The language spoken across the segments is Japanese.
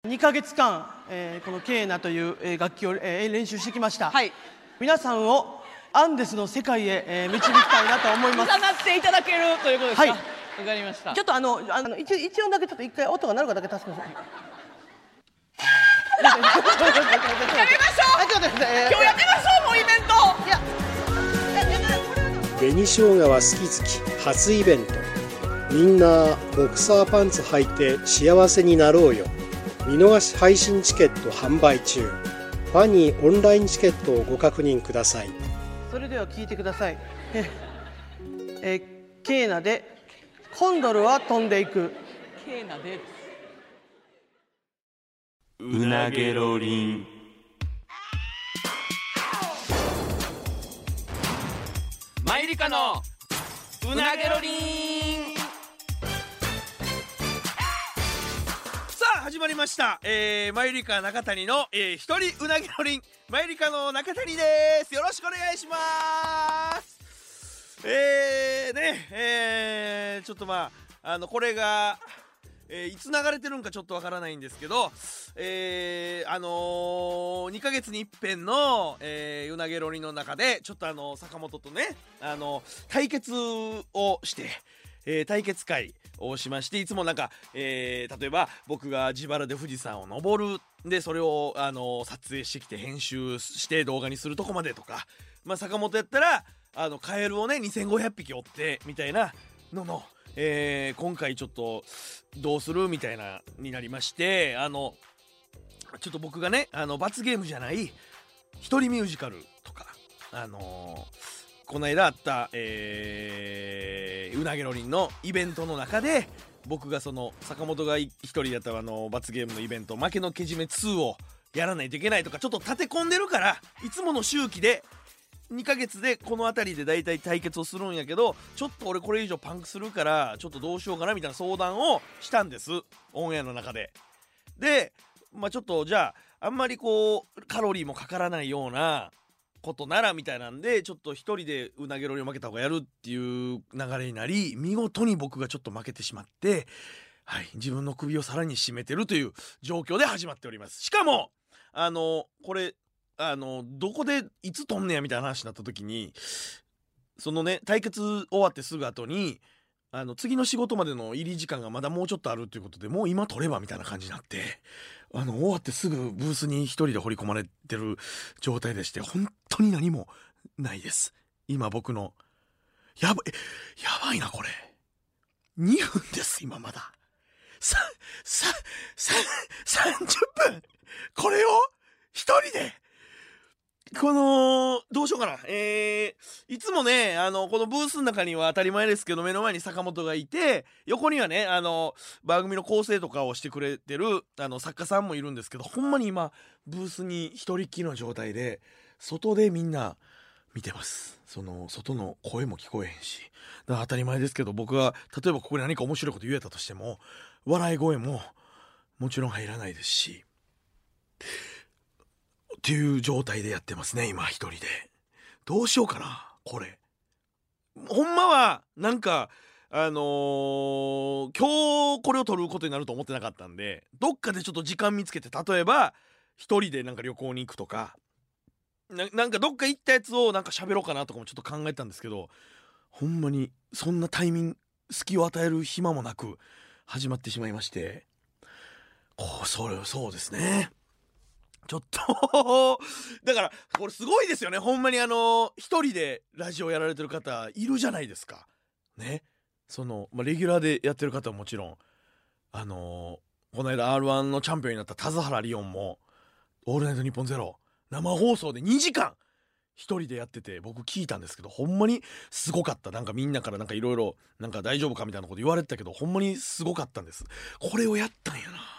2ヶ月間、このケーナという楽器を、練習してきました、 はい、 皆さんをアンデスの世界へ、導きたいなと思います。 つながっていただけるということですか。 はい、 わかりました。 ちょっと一音だけちょっと一回音が鳴るかだけ助けます。 やめましょう、今日やってましょう、もうイベント。 紅生姜は好き好き初イベント。みんなボクサーパンツ履いて幸せになろうよ。見逃し配信チケット販売中。ファニーオンラインチケットをご確認ください。 それでは聞いてください。ケーナでコンドルは飛んでいく。 ケーナでうなげろりん。マイリカのうなげろりん。さあ始まりました、マユリカ中谷の、一人うなげろりん、マユリカの中谷です。よろしくお願いします。ちょっとこれがいつ流れてるんかちょっとわからないんですけど、2ヶ月に一遍の、うなげろりの中でちょっと坂本とね対決をして、対決会をしまして、いつもなんか、例えば僕が自腹で富士山を登るでそれを撮影してきて編集して動画にするとこまでとか、坂本やったらカエルをね2500匹追ってみたいなのの今回ちょっとどうするみたいなになりまして、ちょっと僕がね罰ゲームじゃない一人ミュージカルとかこの間あった、うなげろりんのイベントの中で僕がその坂本が一人やった罰ゲームのイベント負けのけじめ2をやらないといけないとかちょっと立て込んでるから、いつもの周期で2ヶ月でこの辺りでだいたい対決をするんやけど、ちょっと俺これ以上パンクするからちょっとどうしようかなみたいな相談をしたんです、オンエアの中で。でちょっとじゃああんまりこうカロリーもかからないようなことならみたいなんで、ちょっと一人でうなげろりを負けた方がやるっていう流れになり、見事に僕がちょっと負けてしまって、はい、自分の首をさらに絞めてるという状況で始まっております。しかもこれどこでいつ撮んねやみたいな話になった時に、そのね対決終わってすぐ後に次の仕事までの入り時間がまだもうちょっとあるということで、もう今撮ればみたいな感じになって、終わってすぐブースに一人で掘り込まれてる状態でして、本当に何もないです今僕の。やばいなこれ。2分です今まだ。30分これを一人でどうしようかな。いつもねこのブースの中には当たり前ですけど目の前に坂本がいて、横にはね番組の構成とかをしてくれてる作家さんもいるんですけど、ほんまに今ブースに一人っきりの状態で、外でみんな見てます。その外の声も聞こえへんし、だから当たり前ですけど、僕が例えばここで何か面白いこと言えたとしても笑い声ももちろん入らないですしっていう状態でやってますね今一人で。どうしようかなこれ。ほんまはなんか今日これを撮ることになると思ってなかったんで、どっかでちょっと時間見つけて、例えば一人でなんか旅行に行くとかなんかどっか行ったやつをなんか喋ろうかなとかもちょっと考えたんですけど、ほんまにそんなタイミング隙を与える暇もなく始まってしまいまして、そうですね。ちょっとだからこれすごいですよねほんまに。一人でラジオやられてる方いるじゃないですかね。レギュラーでやってる方はもちろんこの間 R1 のチャンピオンになった田津原リオンもオールナイトニッポンゼロ生放送で2時間一人でやってて、僕聞いたんですけどほんまにすごかった。なんかみんなからなんかいろいろなんか大丈夫かみたいなこと言われてたけど、ほんまにすごかったんです。これをやったんやな。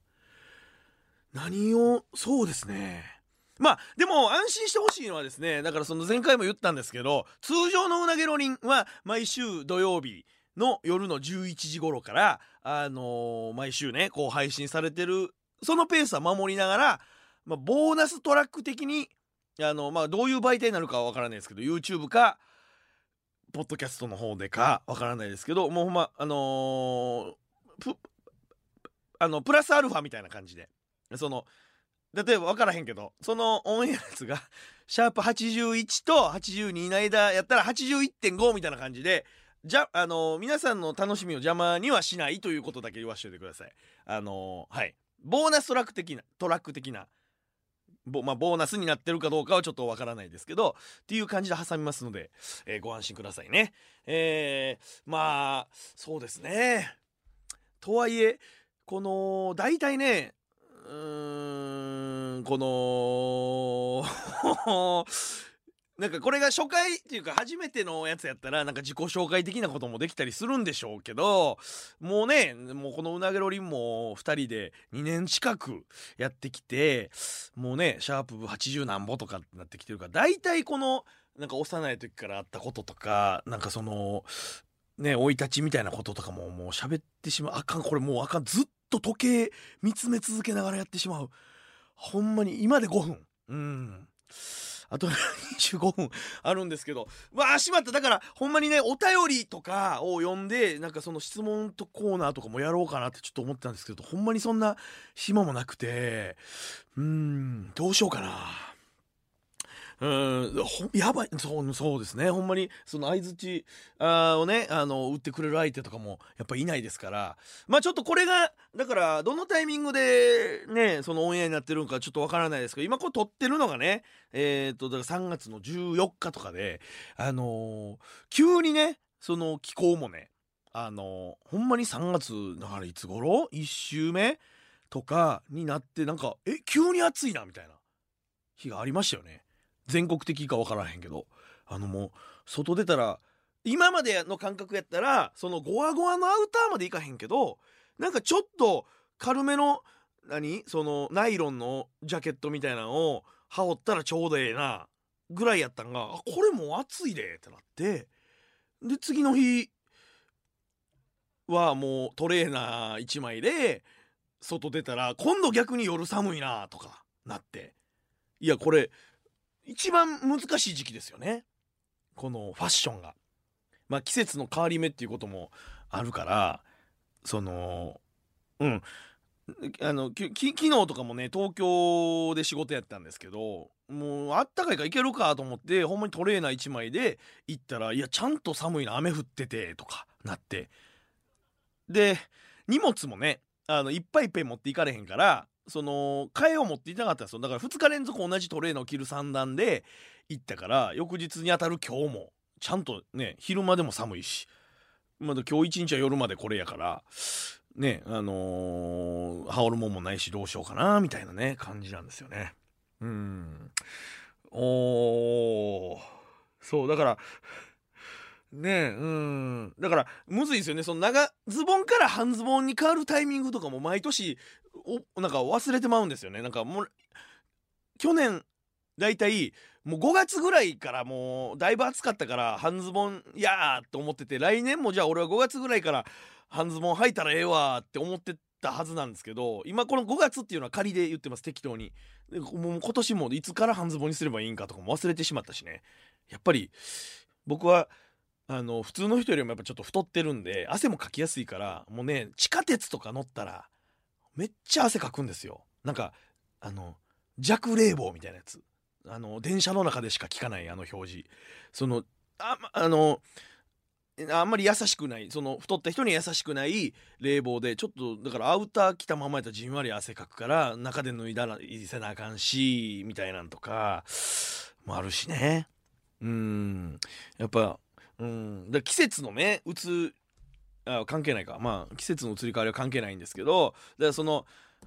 そうですね。でも安心してほしいのはですね、だからその前回も言ったんですけど、通常のうなげろりんは毎週土曜日の夜の11時頃から毎週ねこう配信されてるそのペースは守りながら、ボーナストラック的にどういう媒体になるかはわからないですけど YouTube かポッドキャストの方でかわからないですけど、もうほんまプラスアルファみたいな感じでその例えば分からへんけどそのオンエアのやつがシャープ81と82の間やったら 81.5 みたいな感じで皆さんの楽しみを邪魔にはしないということだけ言わせておいてください。はいボーナストラック的なボーナスになってるかどうかはちょっとわからないですけどっていう感じで挟みますので、ご安心くださいね。まあそうですね。とはいえこの大体ねこのなんかこれが初回っていうか初めてのやつやったらなんか自己紹介的なこともできたりするんでしょうけどもうこのうなげろりんも2人で2年近くやってきてもうねシャープ80何歩とかってなってきてるから大体このなんか幼い時からあったこととかなんかそのね生い立ちみたいなこととかももう喋ってしまうこれもうずっと時計見つめ続けながらやってしまうほんまに今で5分あと25分あるんですけどしまっただからほんまにねお便りとかを読んでなんかその質問とコーナーとかもやろうかなってちょっと思ってたんですけどほんまにそんな暇もなくてどうしようかなやばいそうですねほんまにその相槌をね打ってくれる相手とかもやっぱいないですからちょっとこれがだからどのタイミングでねそのオンエアになってるのかちょっとわからないですけど今これ撮ってるのがねだから3月の14日とかで急にねその気候もねほんまに3月だからいつ頃1週目とかになってなんか急に暑いなみたいな日がありましたよね。全国的か分からへんけどもう外出たら今までの感覚やったらそのゴワゴワのアウターまでいかへんけどなんかちょっと軽めのそのナイロンのジャケットみたいなのを羽織ったらちょうどええなぐらいやったんがこれもう暑いでってなってで次の日はもうトレーナー1枚で外出たら今度逆に夜寒いなとかなっていやこれ一番難しい時期ですよねこのファッションが季節の変わり目っていうこともあるからその昨日とかもね東京で仕事やったんですけどもうあったかいから行けるかと思ってほんまにトレーナー1枚で行ったらいやちゃんと寒いな雨降っててとかなってで荷物もねいっぱい持っていかれへんからその替えを持っていなかったんですよだから2日連続同じトレーナーを着る3段で行ったから翌日に当たる今日もちゃんとね昼間でも寒いし今日一日は夜までこれやからね羽織るもんもないしどうしようかなみたいなね感じなんですよね。そうだからだからむずいですよねその長ズボンから半ズボンに変わるタイミングとかも毎年なんか忘れてまうんですよね。なんかもう去年だいたいもう5月ぐらいからもうだいぶ暑かったから半ズボンやーって思ってて来年もじゃあ俺は5月ぐらいから半ズボン履いたらええわって思ってたはずなんですけど今この5月っていうのは仮で言ってます適当にでもう今年もいつから半ズボンにすればいいんかとかも忘れてしまったしねやっぱり僕は普通の人よりもやっぱちょっと太ってるんで汗もかきやすいからもうね地下鉄とか乗ったらめっちゃ汗かくんですよ。なんか弱冷房みたいなやつ電車の中でしか効かない表示そのあんまり優しくないその太った人に優しくない冷房でちょっとだからアウター着たままやったらじんわり汗かくから中で脱いだらせなあかんしみたいなんとかもあるしねやっぱだ季節のね関係ないか季節の移り変わりは関係ないんですけどだからその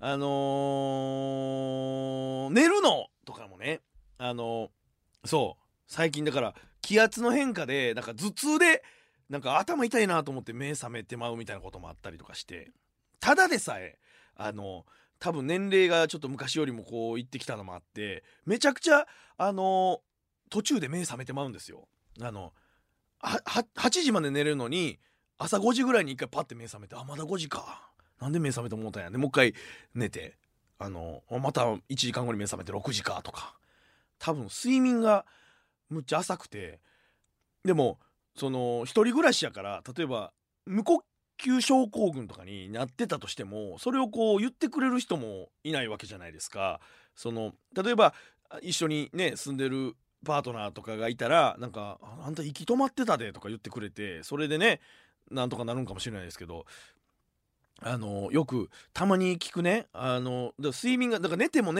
寝るのとかもねそう最近だから気圧の変化でなんか頭痛でなんか頭痛いなと思って目覚めてまうみたいなこともあったりとかしてただでさえ多分年齢がちょっと昔よりもこういってきたのもあってめちゃくちゃ途中で目覚めてまうんですよ。8時まで寝れるのに朝5時ぐらいに一回パッて目覚めてまだ5時かなんで目覚めてもうたんやでもう一回寝てまた1時間後に目覚めて6時かとか多分睡眠がむっちゃ浅くてでもその一人暮らしやから例えば無呼吸症候群とかになってたとしても、それをこう言ってくれる人もいないわけじゃないですか。例えば一緒にね住んでるパートナーとかがいたら、なんかあんた息止まってたでとか言ってくれて、それでねなんとかなるんかもしれないですけど、よくたまに聞くね、睡眠がだから寝ても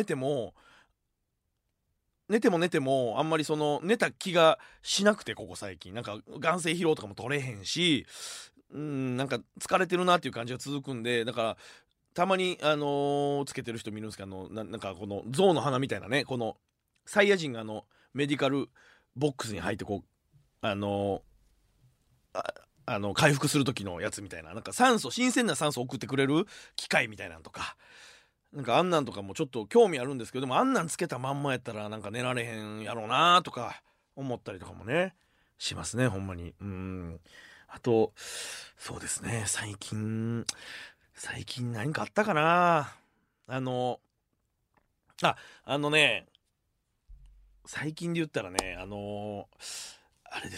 あんまり寝た気がしなくて、ここ最近なんか眼性疲労とかも取れへんし、なんか疲れてるなっていう感じが続くんで、だからたまにつけてる人見るんですけど、なんかこの象の鼻みたいなね、このサイヤ人がメディカルボックスに入ってこう回復する時のやつみたいな、なんか新鮮な酸素を送ってくれる機械みたいなんとか、なんかあんなんとかもちょっと興味あるんですけど、でもあんなんつけたまんまやったらなんか寝られへんやろうなとか思ったりとかもねしますね、ほんまに。あとそうですね、最近何かあったかな。最近で言ったらね、あれです、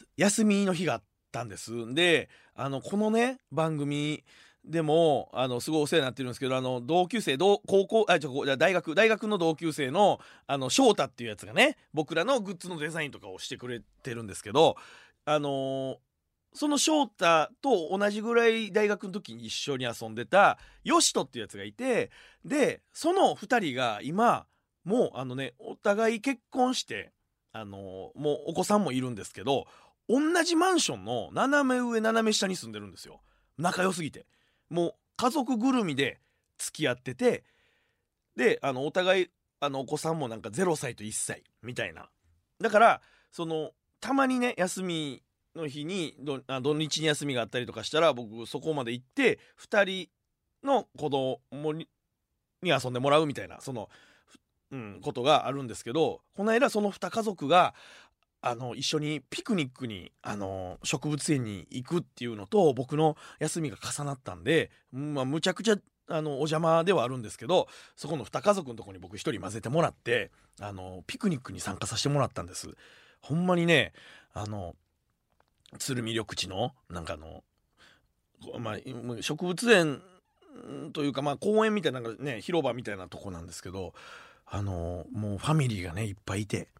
休みの日があったんです。でこのね番組でもすごいお世話になってるんですけど、同級生大学の同級生の翔太っていうやつがね、僕らのグッズのデザインとかをしてくれてるんですけど、その翔太と同じぐらい大学の時に一緒に遊んでたヨシトっていうやつがいて、でその2人が今もうお互い結婚して、もうお子さんもいるんですけど、同じマンションの斜め上斜め下に住んでるんですよ。仲良すぎて、もう家族ぐるみで付き合ってて、でお互いお子さんもなんか0歳と1歳みたいな。だからたまにね休みの日に土日に休みがあったりとかしたら、僕そこまで行って2人の子供に遊んでもらうみたいなことがあるんですけど、この間その2家族が一緒にピクニックに植物園に行くっていうのと僕の休みが重なったんで、むちゃくちゃお邪魔ではあるんですけど、そこの2家族のとこに僕1人混ぜてもらってピクニックに参加させてもらったんです。ほんまにね鶴見緑地のなんか植物園というか公園みたいなね広場みたいなとこなんですけど、もうファミリーがねいっぱいいて、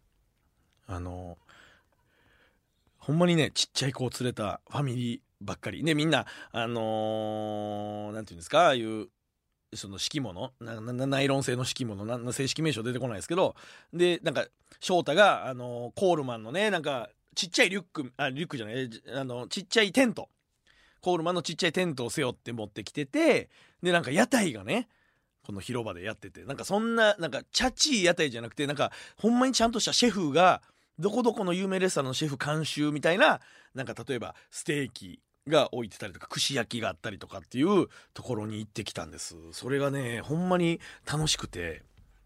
ほんまにねちっちゃい子を連れたファミリーばっかりで、みんななんていうんですか、ああいうその敷物ナイロン製の敷物、正式名称出てこないですけど、でなんか翔太がコールマンのねなんかちっちゃいリュックじゃないちっちゃいテント、コールマンのちっちゃいテントを背負って持ってきてて、でなんか屋台がねこの広場でやってて、なんかそんななんかチャチい屋台じゃなくて、なんかほんまにちゃんとしたシェフがどこどこの有名レストランのシェフ監修みたいな、なんか例えばステーキが置いてたりとか串焼きがあったりとかっていうところに行ってきたんです。それがねほんまに楽しくて、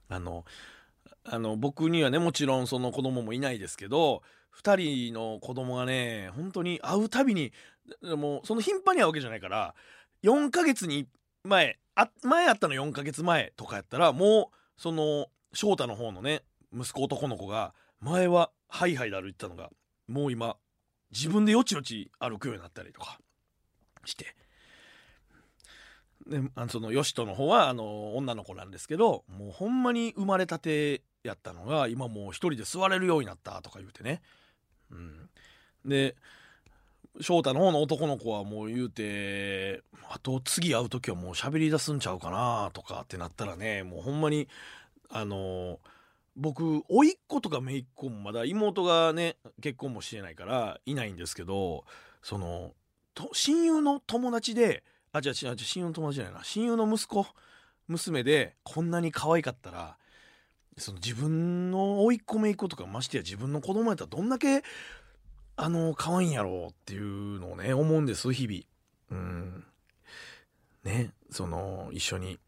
僕にはねもちろんその子供もいないですけど、2人の子供がね本当に会うたびに、もうその頻繁に会うわけじゃないから、4ヶ月に前あったの4ヶ月前とかやったら、もうその翔太の方のね息子男の子が前はハイハイで歩いてたのが、もう今自分でよちよち歩くようになったりとかして、でそのヨシトの方は女の子なんですけど、もうほんまに生まれたてやったのが今もう一人で座れるようになったとか言うてね、で翔太の方の男の子はもう言うて、あと次会う時はもう喋り出すんちゃうかなとかってなったらね、もうほんまに僕甥っ子とか姪っ子もまだ妹がね結婚もしてないからいないんですけど、親友の友達で親友の友達じゃないな、親友の娘でこんなに可愛かったら、自分の甥っ子姪っ子とか、ましてや自分の子供やったらどんだけ可愛いんやろうっていうのをね思うんです日々。ね、一緒に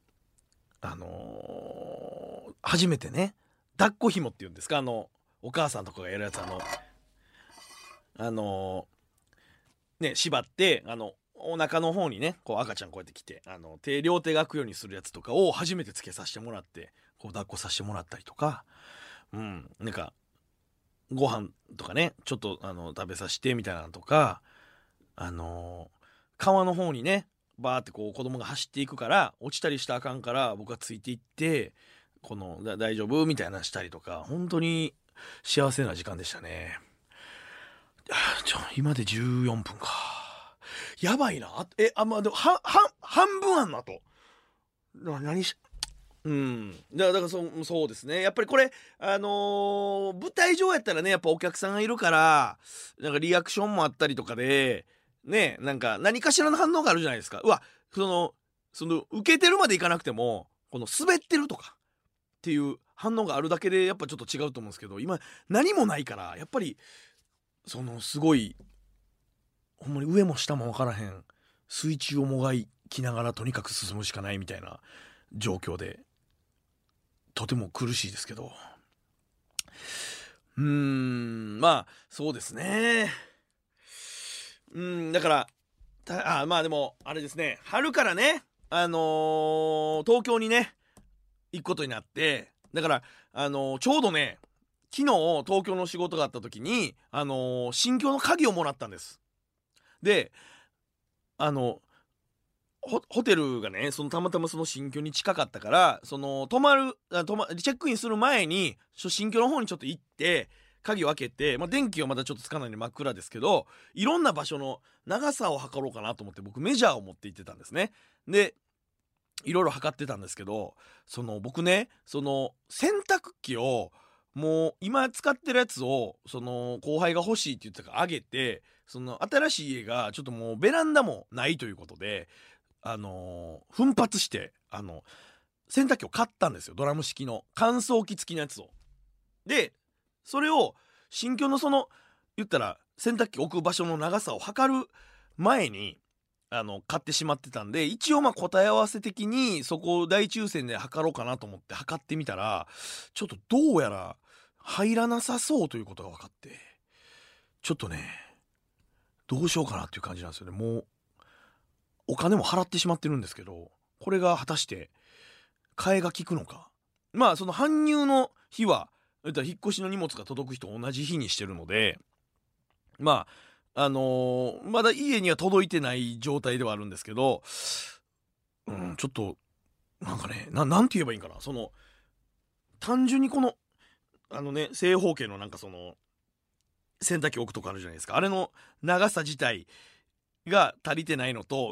初めてね抱っこ紐っていうんですか、お母さんとかがやるやつ、ね縛ってお腹の方にねこう赤ちゃんこうやって来て両手が空くようにするやつとかを初めてつけさせてもらって、こう抱っこさせてもらったりとか、なんかご飯とかねちょっと食べさせてみたいなのとか、 川の方にねバーってこう子供が走っていくから落ちたりしたらあかんから僕がついていってこの大丈夫みたいなしたりとか本当に幸せな時間でしたね。今で14分かやばいな。まあでも半分あんなと何しだからそうですね。やっぱりこれ舞台上やったらねやっぱお客さんがいるからなんかリアクションもあったりとかでねなんか何かしらの反応があるじゃないですか。その受けてるまでいかなくてもこの滑ってるとかっていう反応があるだけでやっぱちょっと違うと思うんですけど今何もないからやっぱりすごいほんまに上も下も分からへん水中をもがきながらとにかく進むしかないみたいな状況でとても苦しいですけどまあそうですね。だからまあでもあれですね春からね東京にね行くことになってだからちょうどね昨日東京の仕事があった時に新居の鍵をもらったんです。でホテルがねたまたまその新居に近かったからチェックインする前に新居の方にちょっと行って鍵を開けて、電気はまだちょっとつかないんで真っ暗ですけどいろんな場所の長さを測ろうかなと思って僕メジャーを持って行ってたんですね。でいろいろ測ってたんですけど僕ね洗濯機をもう今使ってるやつを後輩が欲しいって言ってたからあげて新しい家がちょっともうベランダもないということで奮発して洗濯機を買ったんですよ。ドラム式の乾燥機付きのやつを。でそれを新居の言ったら洗濯機置く場所の長さを測る前に買ってしまってたんで一応答え合わせ的にそこを大抽選で測ろうかなと思って測ってみたらちょっとどうやら入らなさそうということが分かってちょっとねどうしようかなっていう感じなんですよね。もうお金も払ってしまってるんですけどこれが果たして替えが利くのか。搬入の日は引っ越しの荷物が届く日と同じ日にしてるのでまだ家には届いてない状態ではあるんですけどちょっとなんかねなんて言えばいいんかな単純に正方形の洗濯機置くとかあるじゃないですか。あれの長さ自体が足りてないのと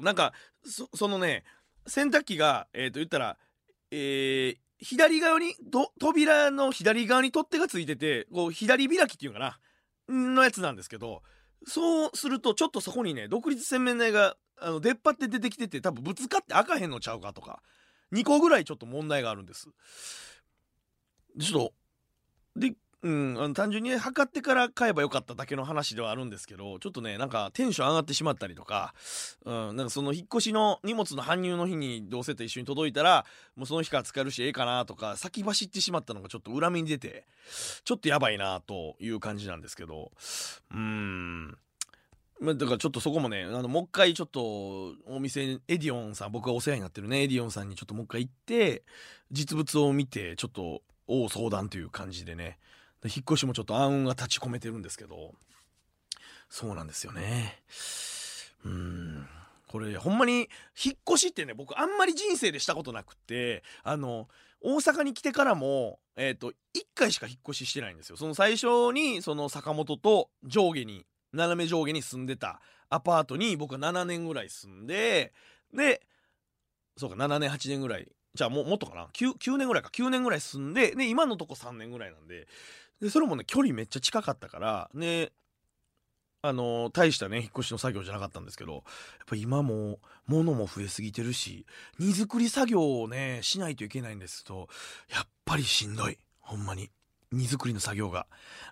洗濯機が言ったら左側に扉の左側に取っ手がついてて左開きっていうかなのやつなんですけどそうするとちょっとそこにね独立洗面台が出っ張って出てきてて多分ぶつかって開かへんのちゃうかとか2個ぐらいちょっと問題があるんです。ちょっとで単純にね測ってから買えばよかっただけの話ではあるんですけどちょっとねなんかテンション上がってしまったりとか、なんか引っ越しの荷物の搬入の日にどうせと一緒に届いたらもうその日から使えるしええかなとか先走ってしまったのがちょっと裏目に出てちょっとやばいなという感じなんですけどだからちょっとそこもねもう一回ちょっとお店エディオンさん僕がお世話になってるねエディオンさんにちょっともう一回行って実物を見てちょっと相談という感じでね引っ越しもちょっと暗雲が立ち込めてるんですけどそうなんですよね。これほんまに引っ越しってね僕あんまり人生でしたことなくって大阪に来てからも1回しか引っ越ししてないんですよ。最初に坂本と斜め上下に住んでたアパートに僕は7年ぐらい住んででそうか7年8年ぐらいじゃあもっとかな 9年ぐらいか9年ぐらい住んで今のとこ3年ぐらいなんでそれもね距離めっちゃ近かったからね大したね引っ越しの作業じゃなかったんですけどやっぱ今も物も増えすぎてるし荷造り作業をねしないといけないんですとやっぱりしんどいほんまに荷造りの作業が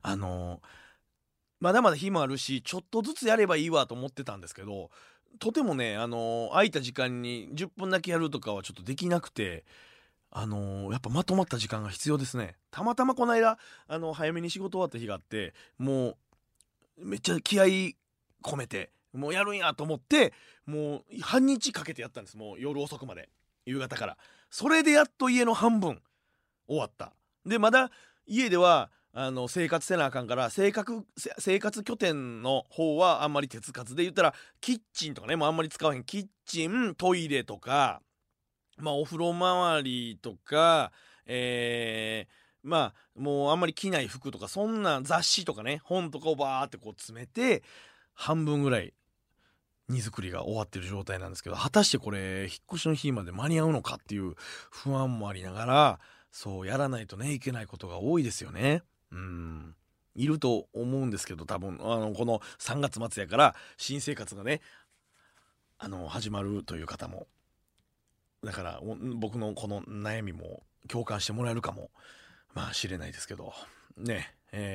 まだまだ日もあるしちょっとずつやればいいわと思ってたんですけどとてもね空いた時間に10分だけやるとかはちょっとできなくてやっぱまとまった時間が必要ですね。たまたまこの間早めに仕事終わった日があってもうめっちゃ気合い込めてもうやるんやと思ってもう半日かけてやったんです。もう夜遅くまで夕方からそれでやっと家の半分終わった。でまだ家では生活せなあかんから生活拠点の方はあんまり手つかずで、言ったらキッチンとかねもうあんまり使わへん、キッチントイレとか、まあお風呂周りとか、まあもうあんまり着ない服とか、そんな雑誌とかね本とかをバーってこう詰めて半分ぐらい荷造りが終わってる状態なんですけど、果たしてこれ引っ越しの日まで間に合うのかっていう不安もありながら、そうやらないとねいけないことが多いですよね。いると思うんですけど、多分この3月末やから新生活がね始まるという方も、だから僕のこの悩みも共感してもらえるかもまあ知れないですけどね。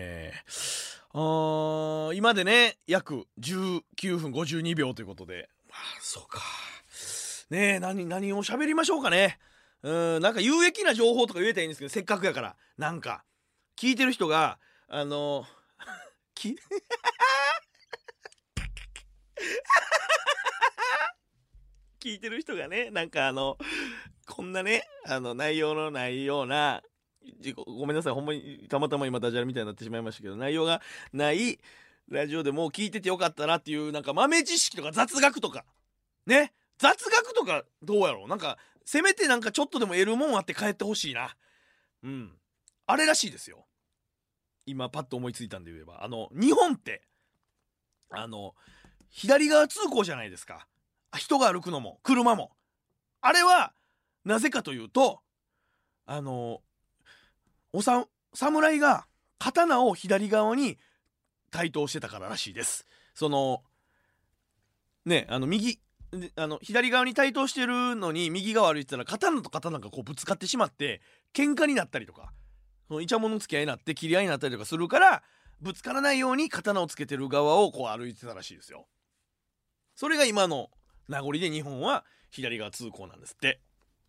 今でね約19分52秒ということで、そうかねえ、何を喋りましょうかね。なんか有益な情報とか言えたらいいんですけど、せっかくやからなんか聞いてる人が聞いてる人がね、なんかこんなね内容のないような、ごめんなさいほんまにたまたま今ダジャレみたいになってしまいましたけど、内容がないラジオでも聞いててよかったなっていう、なんか豆知識とか雑学とかね、雑学とかどうやろう、なんかせめてなんかちょっとでも得るもんあって帰ってほしいな。あれらしいですよ、今パッと思いついたんで言えば、日本って左側通行じゃないですか。人が歩くのも車も。あれはなぜかというと侍が刀を左側に帯刀してたかららしいです。左側に帯刀してるのに右側歩いてたら刀と刀がこうぶつかってしまって喧嘩になったりとか、イチャモンの付き合いになって切り合いになったりとかするから、ぶつからないように刀をつけてる側をこう歩いてたらしいですよ。それが今の名残で日本は左側通行なんですって。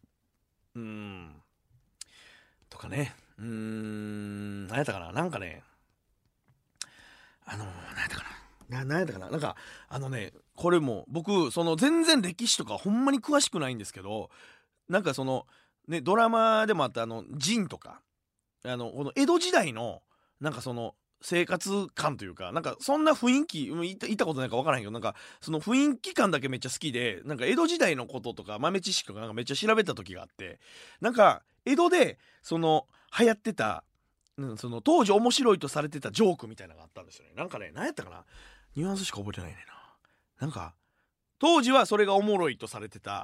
とかね、何やったかな、なんかね何やったかな、なんかこれも僕全然歴史とかほんまに詳しくないんですけど、なんかドラマでもあったジンとかこの江戸時代のなんか生活感というか、なんかそんな雰囲気行ったことないか分からへんけど、なんかその雰囲気感だけめっちゃ好きで、なんか江戸時代のこととか豆知識とかなんかめっちゃ調べた時があって、なんか江戸で流行ってた当時面白いとされてたジョークみたいなのがあったんですよね。なんかね、何やったかな、ニュアンスしか覚えてないねんな。なんか当時はそれがおもろいとされてた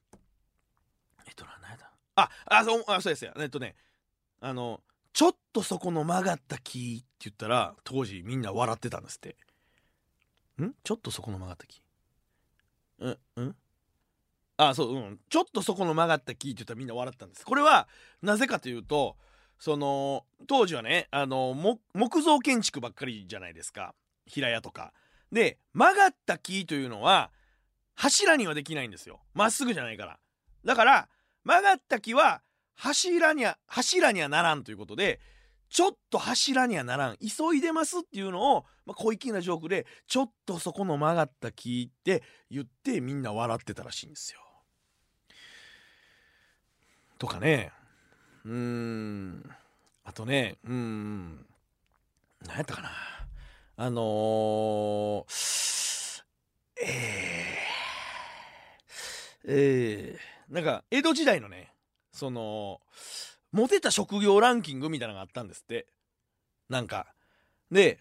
何やったそうですよちょっとそこの曲がった木って言ったら当時みんな笑ってたんですって。ちょっとそこの曲がった木ちょっとそこの曲がった木って言ったらみんな笑ったんです。これはなぜかというと、当時はね木造建築ばっかりじゃないですか、平屋とかで。曲がった木というのは柱にはできないんですよ、まっすぐじゃないから。だから曲がった木は柱にはならんということで、ちょっと柱にはならん、急いでますっていうのを、小粋なジョークでちょっとそこの曲がった木って言ってみんな笑ってたらしいんですよ。とかね、あとね、何やったかな、なんか江戸時代のねモテた職業ランキングみたいなのがあったんですって。なんかで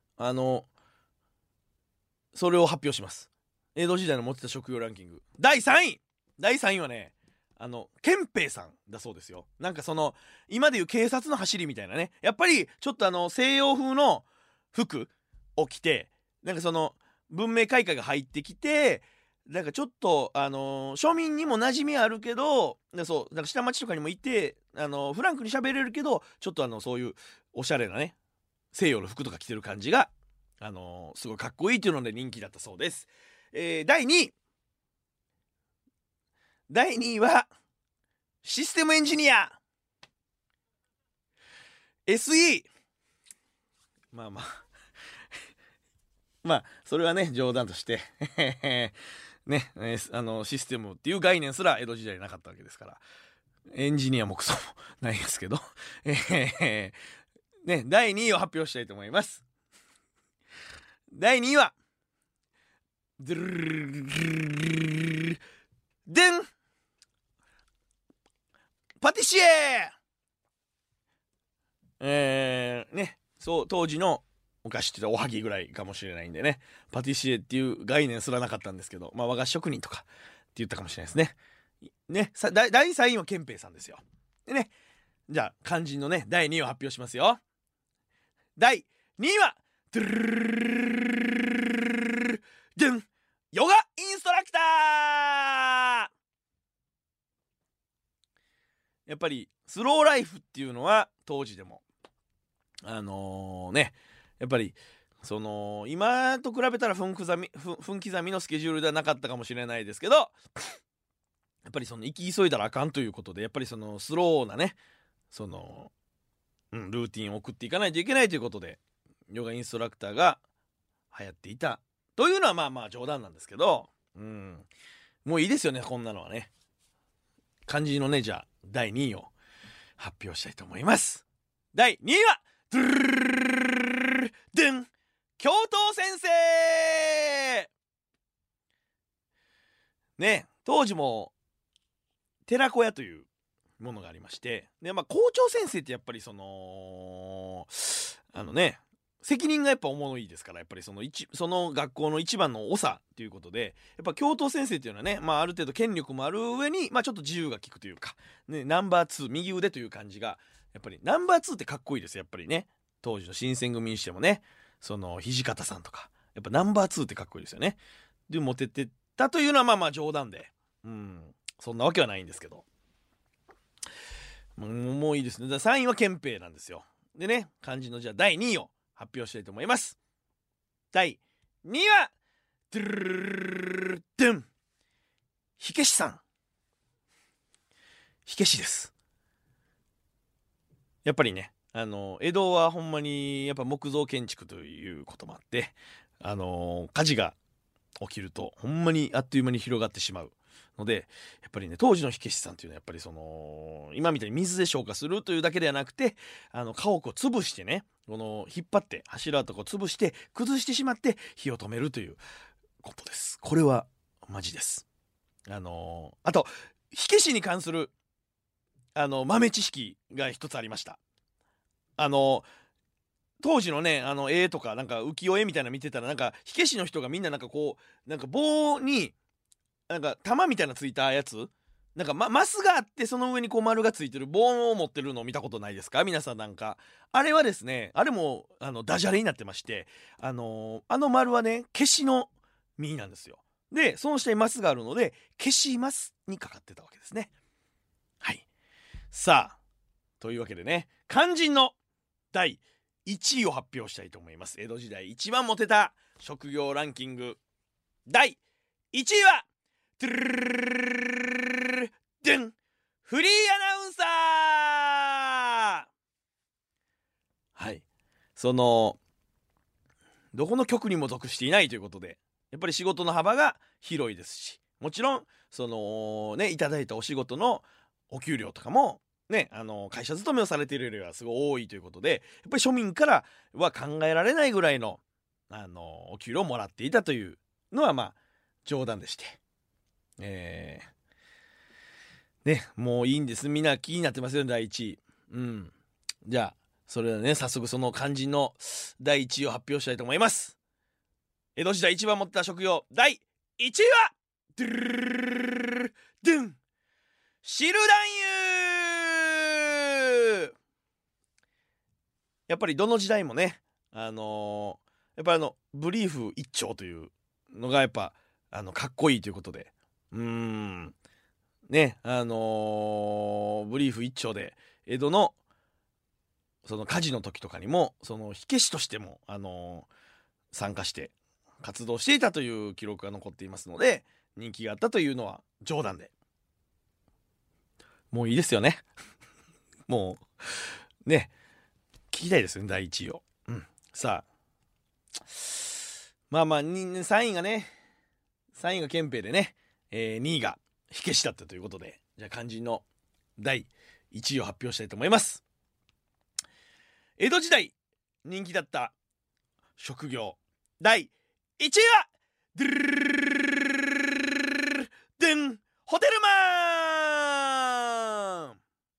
それを発表します。江戸時代のモテた職業ランキング第3位はね憲兵さんだそうですよ。なんか今でいう警察の走りみたいなね、やっぱりちょっと西洋風の服を着て、なんか文明開化が入ってきて、なんかちょっと庶民にも馴染みあるけど、なんか下町とかにもいてフランクに喋れるけど、ちょっとそういうおしゃれなね西洋の服とか着てる感じがすごいかっこいいっていうので人気だったそうです。第2位はシステムエンジニア SE。 まあそれはね冗談としてね、システムっていう概念すら江戸時代なかったわけですから、エンジニアもクソもないですけどね、 ね、第2位を発表したいと思います。第2位はドゥルルルルルルでん、パティシエね、そう当時のお菓子って言ったらおはぎぐらいかもしれないんでね、パティシエっていう概念すらなかったんですけど、まあ和菓子職人とかって言ったかもしれないですね。ね、第3位は憲兵さんですよ。でね、じゃあ肝心のね第2位を発表しますよ。第2位はドゥルルルルルでん、ヨガインストラクター。やっぱりスローライフっていうのは当時でもね、やっぱりその今と比べたら分刻みのスケジュールではなかったかもしれないですけど、やっぱりその行き急いだらあかんということで、やっぱりそのスローなねその、ルーティンを送っていかないといけないということでヨガインストラクターが流行っていたというのはまあまあ冗談なんですけど、もういいですよねこんなのはね。漢字のね、じゃあ第2位を発表したいと思います。第2位はドゥルルルルでん、教頭先生ね。当時も寺子屋というものがありまして、でまあ校長先生ってやっぱりその責任がやっぱ重いですから、やっぱりその学校の一番の長ということで、やっぱ教頭先生っていうのはね、まあある程度権力もある上に、まあちょっと自由が利くというか、ね、ナンバー2、右腕という感じが、やっぱりナンバー2ってかっこいいですよ、やっぱりね。当時の新選組にしてもね、その土方さんとか、やっぱナンバー2ってかっこいいですよね。で、モテてったというのはまあまあ冗談で、そんなわけはないんですけど。もういいですね。3位は憲兵なんですよ。でね、漢字のじゃあ第2位を発表したいと思います。第2位はドゥルルルルルン、火消しさん。火消しです。やっぱりね、江戸はほんまにやっぱ木造建築ということもあって、火事が起きるとほんまにあっという間に広がってしまうので、やっぱりね当時の火消しさんというのはやっぱりその今みたいに水で消火するというだけではなくて、家屋を潰してね、この引っ張って柱とかを潰して崩してしまって火を止めるということです。これはマジです。あと火消しに関する豆知識が一つありました。当時のね絵とかなんか浮世絵みたいなの見てたら、なんか火消しの人がみんななんかこうなんか棒になんか玉みたいなついたやつ、なんかマスがあってその上にこう丸がついてる棒を持ってるのを見たことないですか皆さん。なんかあれはですね、あれもダジャレになってまして、あの丸はね消しの実なんですよ。でその下にマスがあるので消しマスにかかってたわけですね。はい、さあというわけでね、肝心の第1位を発表したいと思います。江戸時代一番モテた職業ランキング第1位はトゥルルルルルでん、フリーアナウンサー。はい、そのどこの局にも属していないということで、やっぱり仕事の幅が広いですし、もちろんそのねいただいたお仕事のお給料とかもね、会社勤めをされているよりはすごい多いということで、やっぱり庶民からは考えられないぐらいのお給料をもらっていたというのはまあ冗談でして、ね、もういいんです。みんな気になってますよ第1位。じゃあそれではね、早速その肝心の第1位を発表したいと思います。江戸時代一番持ってた職業第1位はドゥルルルルルドゥン、汁男優。やっぱりどの時代もね、やっぱブリーフ一丁というのがやっぱかっこいいということで、ね、ブリーフ一丁で江戸のその火事の時とかにもその火消しとしても参加して活動していたという記録が残っていますので、人気があったというのは冗談で、もういいですよねもうね聞きたいですよね第1位を。さあまあ3位がね、3位が憲兵でね、2位が火消しだったということで、じゃあ肝心の第1位を発表したいと思います。 江戸時代人気だった職業第1位はドゥルルルルルルルデンホテルマン。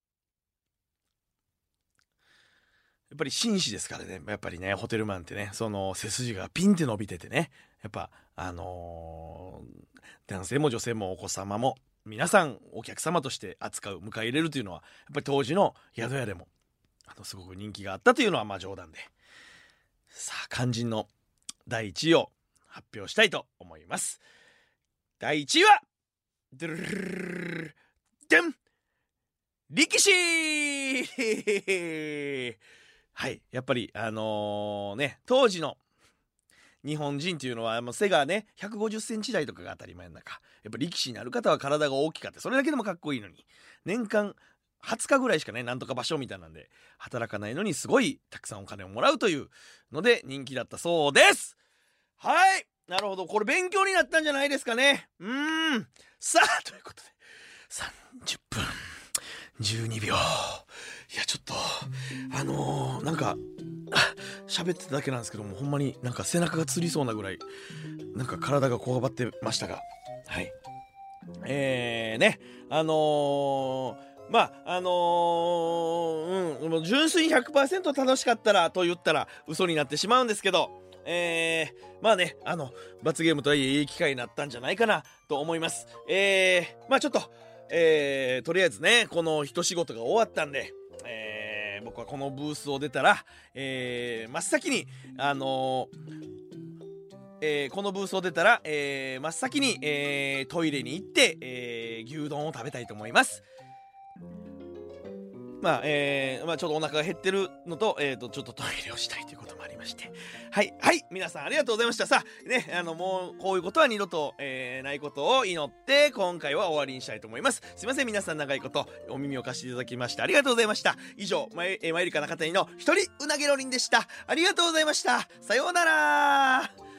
やっぱり紳士ですからね。やっぱりね、ホテルマンってね、その背筋がピンって伸びててね、やっぱ男性も女性もお子様も皆さんお客様として扱う、迎え入れるというのはやっぱり当時の宿屋でもすごく人気があったというのはまあ冗談で、さあ肝心の第1位を発表したいと思います。第1位はドゥルルルルルデン力士はい、やっぱり当時の日本人というのはもう背がね150センチ台とかが当たり前の中、やっぱ力士になる方は体が大きかって、それだけでもかっこいいのに、年間20日ぐらいしかねなんとか場所みたいなんで働かないのにすごいたくさんお金をもらうというので人気だったそうです。はい、なるほど、これ勉強になったんじゃないですかね。さあということで30分12秒、いやちょっとなんか喋ってただけなんですけども、ほんまになんか背中がつりそうなぐらいなんか体がこわばってましたが、はい純粋に 100% 楽しかったらと言ったら嘘になってしまうんですけど、罰ゲームとはいえいい機会になったんじゃないかなと思います。ちょっと、とりあえずねこの一仕事が終わったんで、僕はこのブースを出たら、真っ先にこのブースを出たら、真っ先に、トイレに行って、牛丼を食べたいと思います。ちょっとお腹が減ってるのと、ちょっとトイレをしたいということもありまして、はい皆さんありがとうございました。さあねもうこういうことは二度と、ないことを祈って今回は終わりにしたいと思います。すいません、皆さん長いことお耳を貸していただきましてありがとうございました。以上マユリカ中谷の一人うなげろりんでした。ありがとうございました。さようなら。